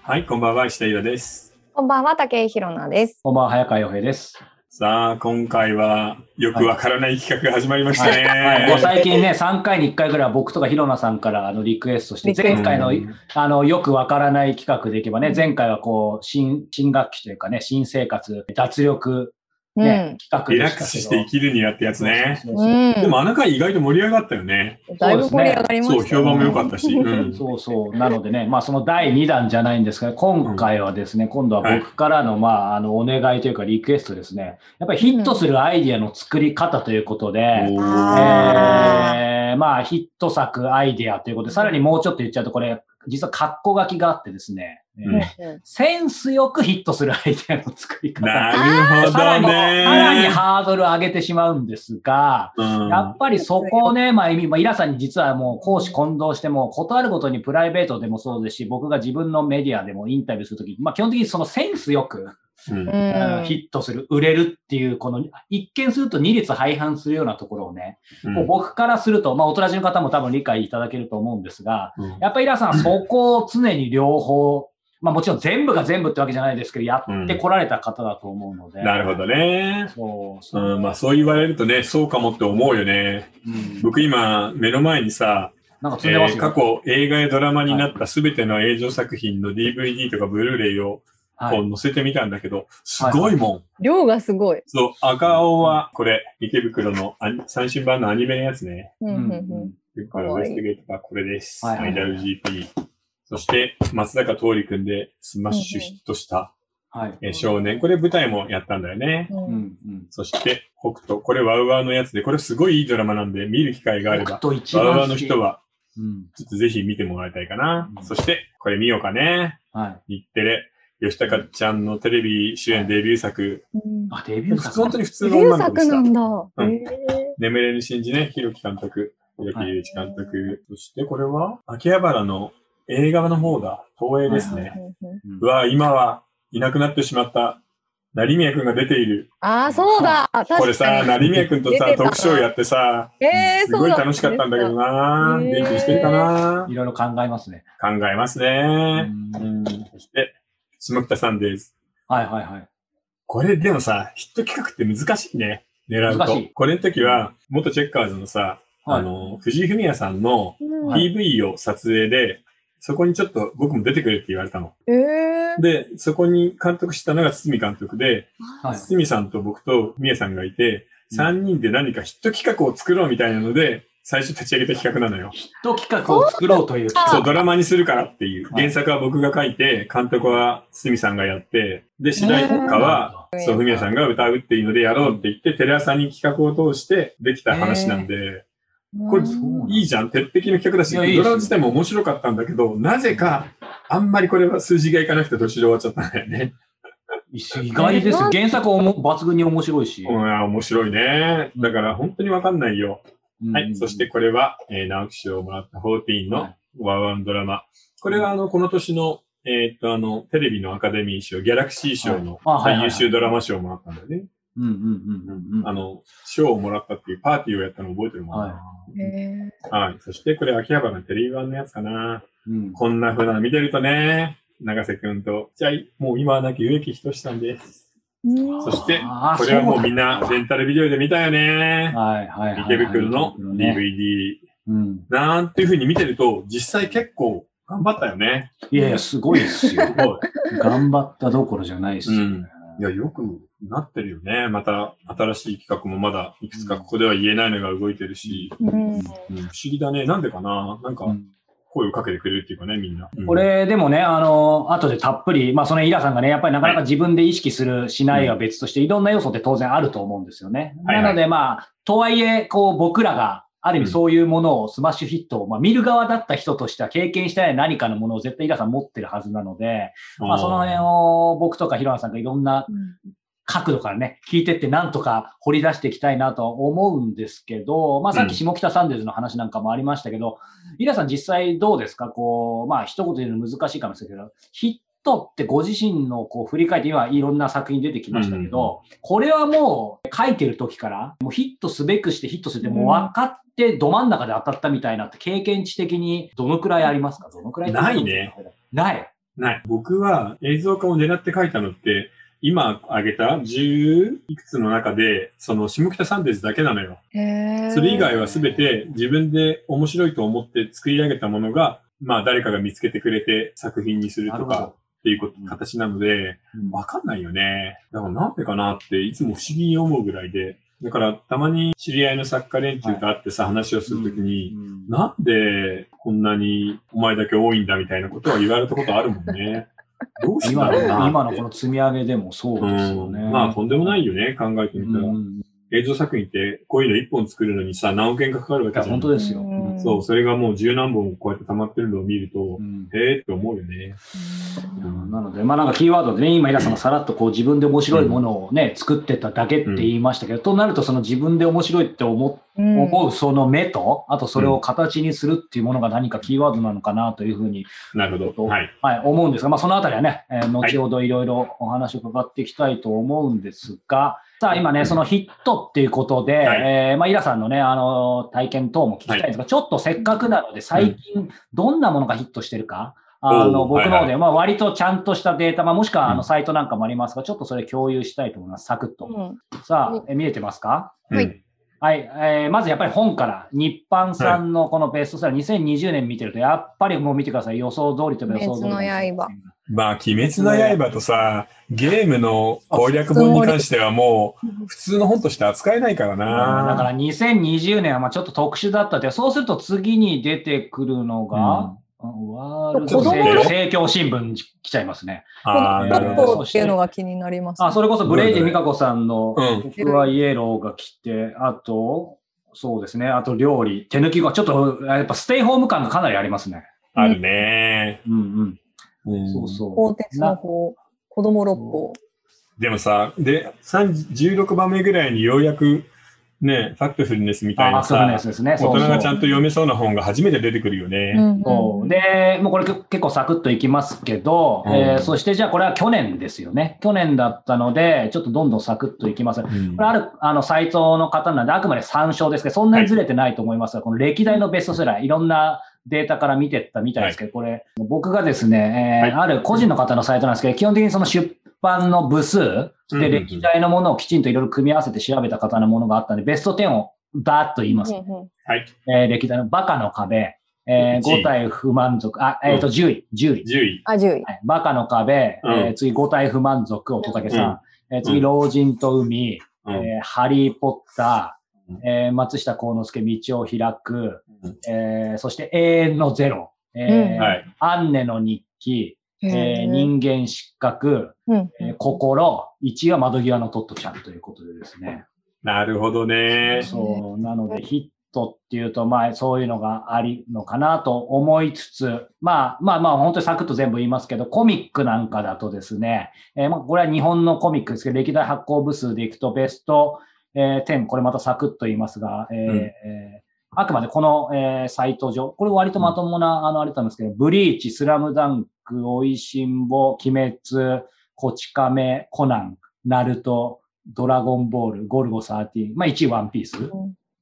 はい、こんばんは、石田裕です。 こんばんは、武井宏奈です。 こんばんは、早川洋平です。 さあ、今回はよくわからない企画が始まりましたね。 もう最近ね、3回に1回ぐらい僕とか広奈さんからリクエストして、前回のよくわからない企画でいけばね、前回は新学期というかね、新生活、脱力、ね、企画リラックスして生きるにはってやつね。 でもあの回意外と盛り上がったよね。 だいぶ盛り上がりましたね。 そう、評判も良かったし。 そうそう。なのでね、その第2弾じゃないんですが、今回はですね、今度は僕からの、お願いというかリクエストですね。やっぱりヒットするアイディアの作り方ということで、ヒット作、アイディアということで、さらにもうちょっと言っちゃうと、これ、実は括弧書きがあってですね、センスよくヒットするアイディアの作り方。 なるほどね。 さらにハードル上げてしまうんですが、やっぱりそこをね、イラさんに実はもう講師混同しても、ことあるごとにプライベートでもそうですし、僕が自分のメディアでもインタビューするとき、基本的にそのセンスよく、ヒットする、売れるっていう、この一見すると二律背反するようなところをね、僕からすると、大人の方も多分理解いただけると思うんですが、やっぱりイラさんはそこを常に両方、もちろん全部が全部ってわけじゃないですけど、やってこられた方だと思うので。 なるほどね。そう言われるとね、そうかもって思うよね。僕今、目の前にさ、過去映画やドラマになったすべての映像作品の DVD とかブルーレイを載せてみたんだけど、すごいもん。 量がすごい。 そう、赤青はこれ、池袋の最新版のアニメのやつね。池袋ウエストゲートがこれです。IWGP。そして、松坂桃李くんでスマッシュヒットした、少年。これ舞台もやったんだよね。そして、北斗。これワウワウのやつで、これすごいいいドラマなんで、見る機会があれば、ワウワウの人は、ちょっとぜひ見てもらいたいかな。そして、これ見ようかね。日テレ。吉高ちゃんのテレビ主演デビュー作。 デビュー作本当に普通の女の子でした。 デビュー作なんだ。 眠れぬ真珠ね、ひろき監督。ひろきゆういち監督。そしてこれは、秋葉原の映画の方だ。東映ですね。今はいなくなってしまった。成宮くんが出ている。 そうだ。 これさ、成宮くんとさ、トークショーやってさ、すごい楽しかったんだけどな。元気にしてるかな。 いろいろ考えますね。 考えますね。そして、下北さんです。これでもさ、ヒット企画って難しいね。狙うと。これの時は、元チェッカーズのさ、藤井フミヤさんの PV を撮影で、そこにちょっと僕も出てくれって言われたの。で、そこに監督したのが堤監督で、堤さんと僕とフミヤさんがいて、3人で何かヒット企画を作ろうみたいなので、最初立ち上げた企画なのよ。 ヒット企画を作ろうという企画。 そう、ドラマにするからっていう。原作は僕が書いて、監督は堤さんがやって、で、主題歌は、そう、フミヤさんが歌うっていうのでやろうって言って、テレ朝に企画を通してできた話なんで、これ、いいじゃん。鉄壁の企画だし、ドラマ自体も面白かったんだけど、なぜか、あんまりこれは数字がいかなくて途中で終わっちゃったんだよね。 意外です。原作抜群に面白いし。 面白いね。だから本当にわかんないよ。そしてこれは、直木賞をもらった14のワウワウドラマ。これはこの年の、テレビのアカデミー賞、ギャラクシー賞の最優秀ドラマ賞をもらったんだよね。賞をもらったっていうパーティーをやったの覚えてるもんな。そしてこれ秋葉原のテレビ版のやつかな。こんな風なの見てるとね、長瀬くんと、もう今はなき植木仁さんです。そして、これはもうみんなレンタルビデオで見たよね。池袋の DVD。なんていう風に見てると、実際結構頑張ったよね。 いやいや、すごいですよ。頑張ったどころじゃないですよね。 いや、よくなってるよね。また、新しい企画もまだいくつかここでは言えないのが動いてるし。不思議だね。なんでかな。なんか、声をかけてくれるっていうかね、みんな。 これ、でもね、後でたっぷり、そのイラさんがね、やっぱりなかなか自分で意識する、しないは別として、いろんな要素って当然あると思うんですよね。なので、とはいえ、僕らが、ある意味そういうものを、スマッシュヒットを、見る側だった人としては経験してない何かのものを絶対イラさん持ってるはずなので、その辺を僕とかヒロナさんがいろんな角度からね、聞いてってなんとか掘り出していきたいなと思うんですけど、さっき下北サンデーズの話なんかもありましたけど、イラさん実際どうですか？一言で言うの難しいかもしれないけど、ヒットってご自身の振り返って今いろんな作品出てきましたけど、これはもう書いてる時からもうヒットすべくしてヒットするってもう分かってど真ん中で当たったみたいなって経験値的にどのくらいありますか？どのくらいないね。 ない。 ない。僕は映像化を狙って書いたのって、今挙げた10いくつの中で、その下北サンデーズだけなのよ。それ以外はすべて自分で面白いと思って作り上げたものが、まあ誰かが見つけてくれて作品にするとかっていう形なので、わかんないよね。だからなんでかなっていつも不思議に思うぐらいで、だからたまに知り合いの作家連中と会ってさ、話をするときに、なんでこんなにお前だけ多いんだみたいなことは言われたことあるもんね。どうしてだろうな。 今のこの積み上げでもそうですよね。 まあとんでもないよね、考えてみたら。映像作品ってこういうの一本作るのにさ、何億円かかかるわけじゃん。 本当ですよ。 そう、それがもう十何本こうやって溜まってるのを見ると、へーって思うよね。 なので、まあなんかキーワードでね、今、イラさんがさらっとこう自分で面白いものをね、作ってただけって言いましたけど、となるとその自分で面白いって思うその目と、あとそれを形にするっていうものが何かキーワードなのかなというふうに、 なるほど。 はい。思うんですが、まあそのあたりはね、後ほどいろいろお話を伺っていきたいと思うんですが、さあ今ね、そのヒットっていうことで、まあイラさんのね、体験等も聞きたいんですが、ちょっとせっかくなので最近どんなものがヒットしてるか、僕の方で、まあ割とちゃんとしたデータ、まあもしくはサイトなんかもありますが、ちょっとそれ共有したいと思います。サクッと。さあ、見えてますか？ はい。 はい。まずやっぱり本から、日版さんのこのベストセラー、2020年見てると、やっぱりもう見てください。予想通りと予想通り。 鬼滅の刃。 まあ、鬼滅の刃とさ、ゲームの攻略本に関してはもう、普通の本として扱えないからな。 だから2020年はまあちょっと特殊だったって、そうすると次に出てくるのが、ワールド政教新聞来ちゃいますね。 なるほど。っていうのが気になります、 ね。それこそブレイジ・ミカコさんの僕はイエローが来て、あと、そうですね。あと料理、手抜きがちょっと、やっぱステイホーム感がかなりありますね。 あるね。 そうそう。 鋼鉄の子供六法。 でもさ、で、16番目ぐらいにようやく、ね、ファクトフルネスみたいなさ、大人がちゃんと読めそうな本が初めて出てくるよね。 で、もうこれ結構サクッといきますけど、そしてじゃあこれは去年ですよね。去年だったので、ちょっとどんどんサクッといきます。これある、サイトの方なんで、あくまで参照ですけど、そんなにずれてないと思いますが、この歴代のベストセラー、いろんなデータから見てったみたいですけど、これ、僕がですね、ある個人の方のサイトなんですけど、基本的にその出版の部数で歴代のものをきちんといろいろ組み合わせて調べた方のものがあったんで、ベスト10をバーッと言います。歴代のバカの壁、5体不満足、10位。 10位。 バカの壁、次5体不満足、乙武さん。次、老人と海、ハリーポッター、松下幸之助、道を開く、そして永遠のゼロ、アンネの日記、人間失格、心、1位は窓際のトットちゃんということでですね。 なるほどね。 そう、なのでヒットっていうと、まあそういうのがありのかなと思いつつ、まあ本当にサクッと全部言いますけど、コミックなんかだとですね、これは日本のコミックですけど、歴代発行部数でいくとベスト、10、これまたサクッと言いますが、あくまでこの、サイト上、これ割とまともな、あれなんですけど、ブリーチ、スラムダンク、おいしんぼ、鬼滅、こち亀、コナン、ナルト、ドラゴンボール、ゴルゴ13、まあ1位ワンピース。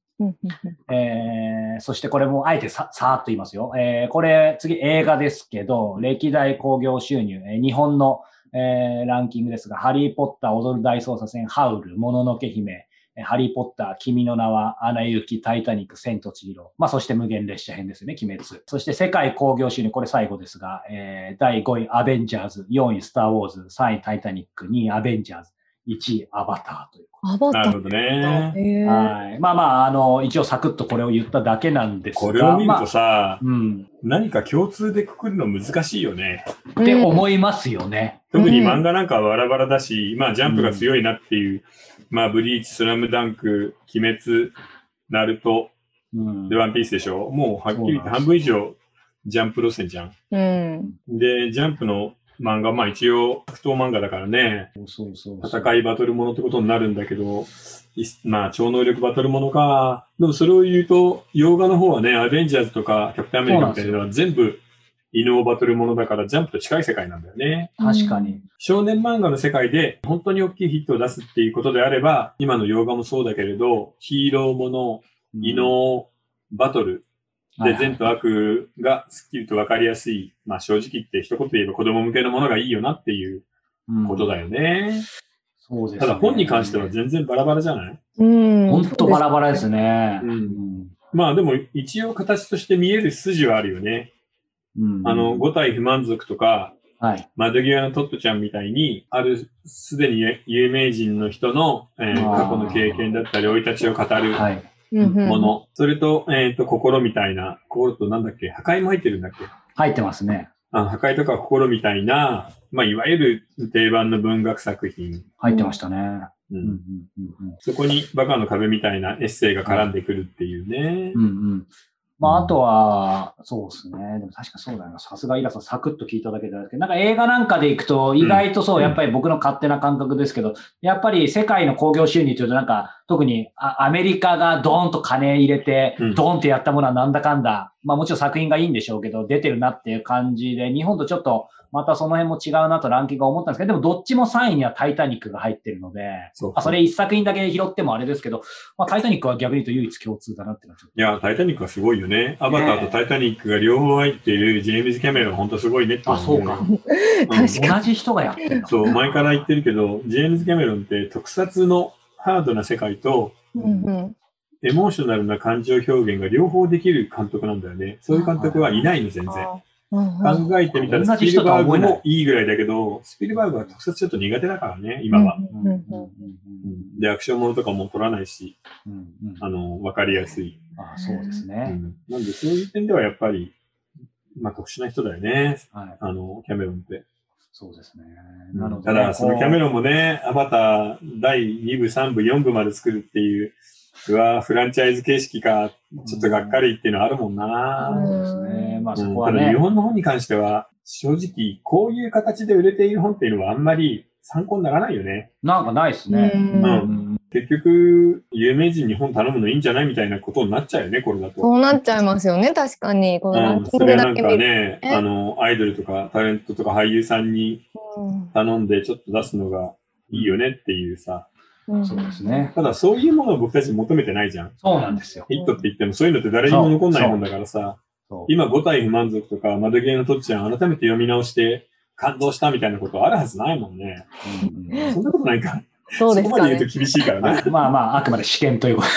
そしてこれもあえてさーっと言いますよ。これ次映画ですけど、歴代興行収入、日本の、ランキングですが、ハリーポッター、踊る大捜査線、ハウル、もののけ姫、ハリーポッター、君の名は、アナ雪、タイタニック、千と千尋。まあ、そして無限列車編ですよね、鬼滅。そして世界興行収入、これ最後ですが、第5位、アベンジャーズ、4位、スター・ウォーズ、3位、タイタニック、2位、アベンジャーズ、1位、アバターという。 アバター。 なるほどね。 はい。まあ、一応サクッとこれを言っただけなんですが。 これを見るとさ、何か共通でくくるの難しいよね。 って思いますよね。 特に漫画なんかはバラバラだし、まあジャンプが強いなっていう、まあブリーチ、スラムダンク、鬼滅、ナルト、でワンピースでしょ。もうはっきり言って半分以上ジャンプ路線じゃん。で、ジャンプの漫画、まあ一応格闘漫画だからね。戦いバトルものってことになるんだけど、まあ超能力バトルものか。でもそれを言うと、洋画の方はね、アベンジャーズとかキャプテンアメリカみたいなのは全部異能バトルものだからジャンプと近い世界なんだよね。 確かに。 少年漫画の世界で本当に大きいヒットを出すっていうことであれば、今の洋画もそうだけれど、ヒーローもの、異能バトルで、善と悪がすっきりと分かりやすい。まあ正直言って一言で言えば子供向けのものがいいよなっていうことだよね。 そうですね。 ただ本に関しては全然バラバラじゃない？ 本当バラバラですね。 まあでも一応形として見える筋はあるよね。五体不満足とか、窓際のトットちゃんみたいに、すでに有名人の人の、過去の経験だったり、生い立ちを語るもの。それと、心みたいな、心となんだっけ、破壊も入ってるんだっけ？ 入ってますね。 破壊とか心みたいな、まあ、いわゆる定番の文学作品。 入ってましたね。 そこにバカの壁みたいなエッセイが絡んでくるっていうね。 まあ、あとは、そうですね。でも確かそうだよな。さすがイラさん、サクッと聞いただけですけど、なんか映画なんかで行くと、意外とそう、やっぱり僕の勝手な感覚ですけど、やっぱり世界の興行収入というと、なんか、特にアメリカがドーンと金入れて、ドーンってやったものはなんだかんだ、まあもちろん作品がいいんでしょうけど、出てるなっていう感じで、日本とちょっと、またその辺も違うなとランキングが思ったんですけど、でもどっちも3位にはタイタニックが入ってるので、それ一作品だけ拾ってもあれですけど、まあタイタニックは逆に言うと唯一共通だなっていうのはちょっと。 いや、タイタニックはすごいよね。アバターとタイタニックが両方入っているジェームズ・キャメロン、本当すごいねって思う。 そうか。同じ人がやってるの。 そう、前から言ってるけど、ジェームズ・キャメロンって特撮のハードな世界と、エモーショナルな感情表現が両方できる監督なんだよね。そういう監督はいないの、全然。考えてみたらスピルバーグもいいぐらいだけど、スピルバーグは特撮ちょっと苦手だからね、今は。で、アクションものとかも撮らないし、わかりやすい。 そうですね。 なんでそういう点ではやっぱり、まあ特殊な人だよね、キャメロンって。 そうですね。 ただ、そのキャメロンもね、アバター第2部、3部、4部まで作るっていう、フランチャイズ形式か、ちょっとがっかりっていうのはあるもんな。 そうですね。まあそこはね。 ただ日本の本に関しては、正直、こういう形で売れている本っていうのはあんまり参考にならないよね。 なんかないですね。 結局、有名人に本頼むのいいんじゃないみたいなことになっちゃうよね、これだと。 そうなっちゃいますよね、確かに。このランキングだけ見る。 それなんかね、アイドルとかタレントとか俳優さんに頼んでちょっと出すのがいいよねっていうさ。 そうですね。 ただそういうものを僕たち求めてないじゃん。 そうなんですよ。 ヒットって言ってもそういうのって誰にも残んないもんだからさ。今5体不満足とか窓際のトッチャン改めて読み直して感動したみたいなことあるはずないもんね。そんなことないか。 そうですかね。 そこまで言うと厳しいからね。 まあ、あくまで視点ということ。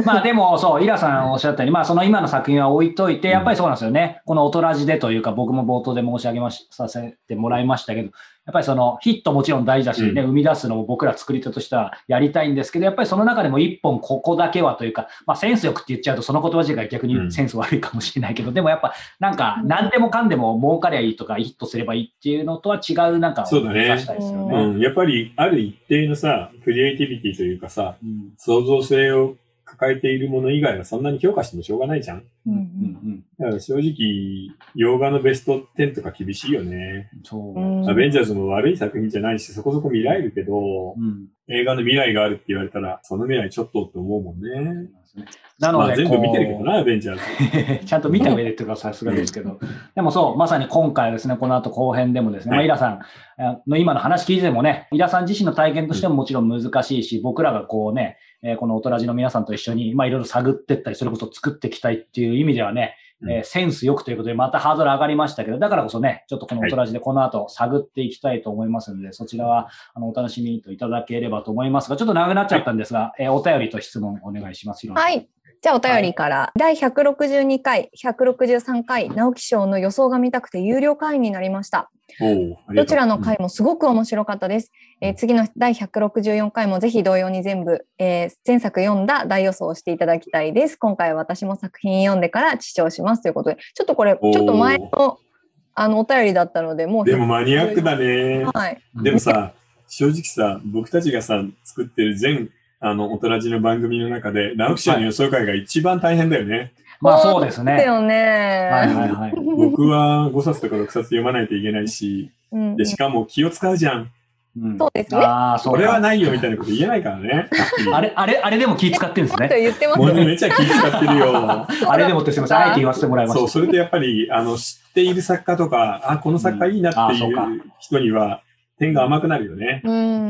まあでも、そう、イラさんおっしゃったように、まあその今の作品は置いといて、やっぱりそうなんですよね。このオトラジでというか、僕も冒頭で申し上げさせてもらいましたけど、やっぱりそのヒットもちろん大事だしね、生み出すのを僕ら作り手としてはやりたいんですけど、やっぱりその中でも一本ここだけはというか、まあセンスよくって言っちゃうとその言葉自体逆にセンス悪いかもしれないけど、でもやっぱなんか何でもかんでも儲かりゃいいとかヒットすればいいっていうのとは違うなんかを目指したいですよね。 やっぱりある一定のさ、クリエイティビティというかさ、創造性を抱えているもの以外はそんなに評価してもしょうがないじゃん。だから正直、洋画のベスト10とか厳しいよね。アベンジャーズも悪い作品じゃないし、そこそこ見られるけど、映画の未来があるって言われたら、その未来ちょっとって思うもんね。 なので、 全部見てるけどな、アベンジャーズ。ちゃんと見た上でっていうかさすがですけど。でもそう、まさに今回ですね、この後後編でもですね、イラさんの今の話聞いててもね、イラさん自身の体験としてももちろん難しいし、僕らがこうね、このオトラジの皆さんと一緒に、まあいろいろ探ってったり、それこそ作っていきたいっていう意味ではね、センスよくということで、またハードル上がりましたけど、だからこそね、ちょっとこのオトラジでこの後探っていきたいと思いますので、そちらはお楽しみといただければと思いますが、ちょっと長くなっちゃったんですが、お便りと質問お願いします。 はい。じゃあお便りから、第162回、163回、直木賞の予想が見たくて有料会員になりました。どちらの回もすごく面白かったです。次の第164回もぜひ同様に全部、前作読んだ大予想をしていただきたいです。今回は私も作品読んでから視聴しますということで、ちょっとこれ、ちょっと前のお便りだったので、もう。 でもマニアックだね。 はい。 でもさ、正直さ、僕たちがさ、作ってる全、オトラジの番組の中で、直木賞の予想会が一番大変だよね。 まあそうですね。 ですよね。 僕は5冊とか6冊読まないといけないし、でしかも気を使うじゃん。 そうですね。 これはないよみたいなこと言えないからね。 あれでも気使ってるんですね。 言ってますね。 めっちゃ気使ってるよ。 あれでもってすみません。あえて言わせてもらいました。 そう、それでやっぱり、知っている作家とか、この作家いいなっていう人には、 点が甘くなるよね。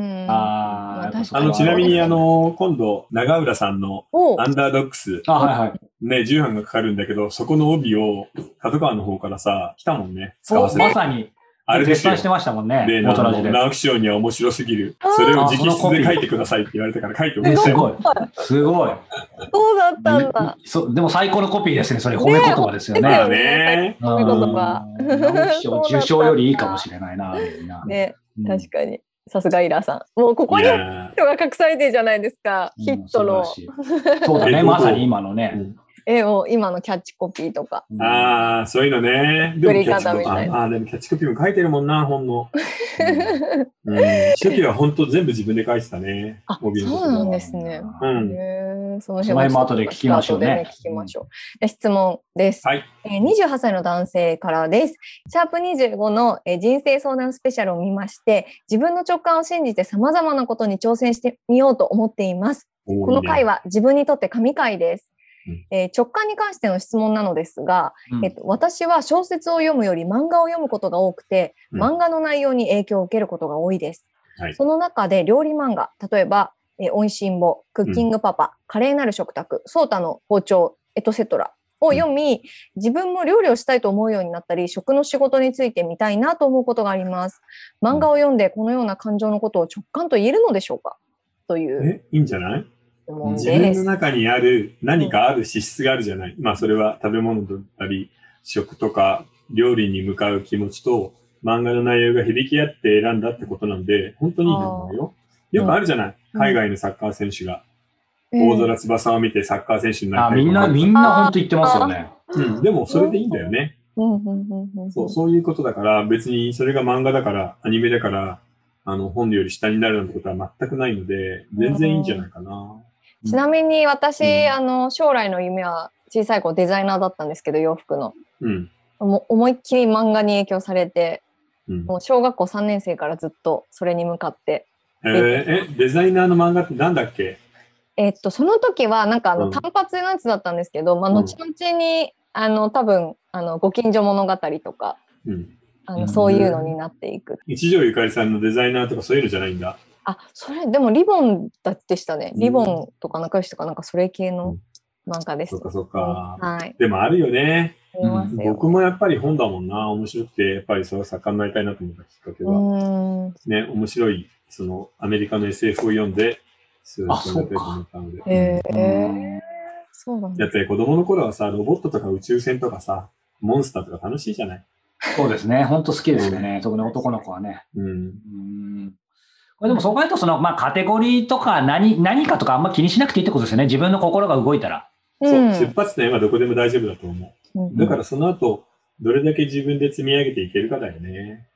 ちなみに今度、長浦さんのアンダードックス、ね、重版がかかるんだけど、そこの帯を角川の方からさ、来たもんね。 まさに。あれ絶賛してましたもんね。 で、直木賞には面白すぎる。それを直筆で書いてくださいって言われたから書いておきました。 すごい。すごい。 そうだったんだ。 でも最高のコピーですね。それ褒め言葉ですよね。 褒め言葉。 直木賞受賞よりいいかもしれないな。 ね、確かに。さすがイラさん。もうここに人が隠されてるじゃないですか。ヒットの。 そうだね。まさに今のね。 今のキャッチコピーとか。 ああ、そういうのね。 でもキャッチコピー。 でもキャッチコピーも書いてるもんな、本の。初期は本当全部自分で書いてたね。 そうなんですね。 その辺も後で聞きましょうね。 質問です。 はい。 28歳の男性からです。シャープ25の人生相談スペシャルを見まして、自分の直感を信じて様々なことに挑戦してみようと思っています。この回は自分にとって神回です。直感に関しての質問なのですが、私は小説を読むより漫画を読むことが多くて、漫画の内容に影響を受けることが多いです。その中で料理漫画、例えば、おいしんぼ、クッキングパパ、華麗なる食卓、ソータの包丁、エトセトラを読み、自分も料理をしたいと思うようになったり、食の仕事についてみたいなと思うことがあります。漫画を読んでこのような感情のことを直感と言えるのでしょうかという。 いいんじゃない？自分の中にある何かある資質があるじゃない。まあそれは食べ物だったり、食とか料理に向かう気持ちと漫画の内容が響き合って選んだってことなんで、本当にいいと思うよ。よくあるじゃない。海外のサッカー選手が大空翼を見てサッカー選手になりたい。 みんな本当言ってますよね。 でもそれでいいんだよね。そういうことだから別にそれが漫画だからアニメだから本より下になるなんてことは全くないので、全然いいんじゃないかな。 ちなみに私、将来の夢は小さい頃デザイナーだったんですけど、洋服の。もう思いっきり漫画に影響されて、もう小学校3年生からずっとそれに向かって。 デザイナーの漫画ってなんだっけ？ その時はなんか単発のやつだったんですけど、後々に多分ご近所物語とか、そういうのになっていく。 一条ゆかりさんのデザイナーとかそういうのじゃないんだ。 それ、でもリボンでしたね。リボンとか仲良しとかなんかそれ系の漫画です。 そうか。でもあるよね。僕もやっぱり本だもんな。面白くて、やっぱりそう盛んになりたいなと思ったきっかけは。ね、面白い、アメリカの SF を読んで、そうなってると思ったので。 そうなんだって子供の頃はさ、ロボットとか宇宙船とかさ、モンスターとか楽しいじゃない？ そうですね。本当好きですよね。特に男の子はね。これでもそう考えるとカテゴリーとか何かとかあんま気にしなくていいってことですよね。自分の心が動いたら。 そう、出発点はどこでも大丈夫だと思う。だからその後、どれだけ自分で積み上げていけるかだよね。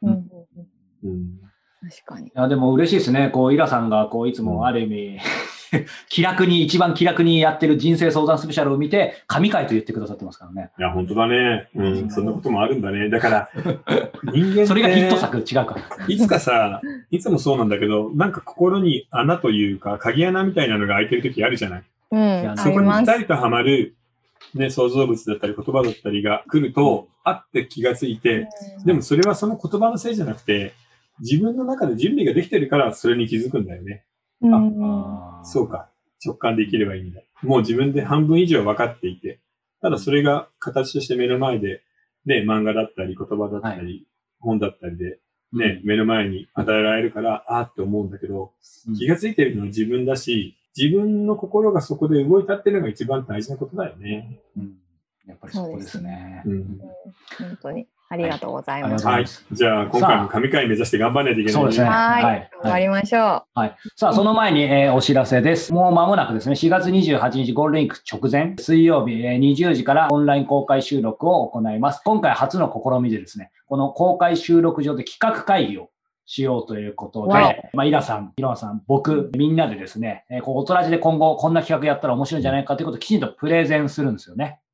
確かに。 いや、でも嬉しいですね。イラさんがいつもある意味、一番気楽にやってる人生相談スペシャルを見て、神回と言ってくださってますからね。 いや、本当だね。そんなこともあるんだね。だから、人間って。 それがヒット作、違うか。 いつかさ、いつもそうなんだけど、なんか心に穴というか、鍵穴みたいなのが開いてる時あるじゃない。そこにぴったりとはまる、ね、創造物だったり言葉だったりが来ると、あって気がついて、でもそれはその言葉のせいじゃなくて、自分の中で準備ができてるからそれに気づくんだよね。そうか。直感できればいいんだ。もう自分で半分以上分かっていて、ただそれが形として目の前で、ね、漫画だったり言葉だったり、本だったりで、ね、目の前に与えられるから、って思うんだけど、気がついてるのは自分だし、自分の心がそこで動いたっていうのが一番大事なことだよね。 やっぱりそこですね。 本当に。ありがとうございます。 はい。じゃあ、今回も神回目指して頑張らないといけない。 そうですね。 はい。頑張りましょう。さあ、その前に、お知らせです。もう間もなくですね、4月28日ゴールデンウィーク直前、水曜日、20時からオンライン公開収録を行います。今回初の試みでですね、この公開収録上で企画会議をしようということで、イラさん、ヒロアさん、僕、みんなでですね、オトラジで今後こんな企画やったら面白いんじゃないかということをきちんとプレゼンするんですよね。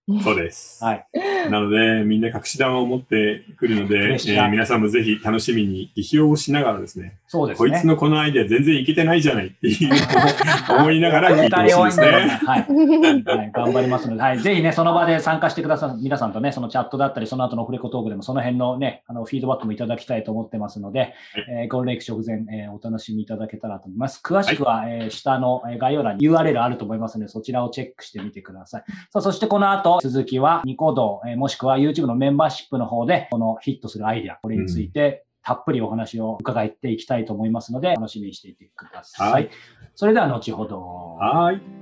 そうです。 はい。 なので、みんな隠し玉を持ってくるので、皆さんもぜひ楽しみに、批評をしながらですね、 そうですね。 こいつのこのアイデア全然いけてないじゃないっていうのを思いながら聞いてほしいですね。 はい。はい。頑張りますので、はい。ぜひね、その場で参加してくださる皆さんとね、そのチャットだったり、その後のオフレコトークでもその辺のね、フィードバックもいただきたいと思ってますので、ゴールデンウィーク直前、お楽しみいただけたらと思います。詳しくは、下の概要欄に URL あると思いますので、そちらをチェックしてみてください。さあ、そしてこの後、続きはニコ動、もしくは YouTube のメンバーシップの方で、このヒットするアイデア、これについて、たっぷりお話を伺っていきたいと思いますので、楽しみにしていてください。それでは後ほど。 はい。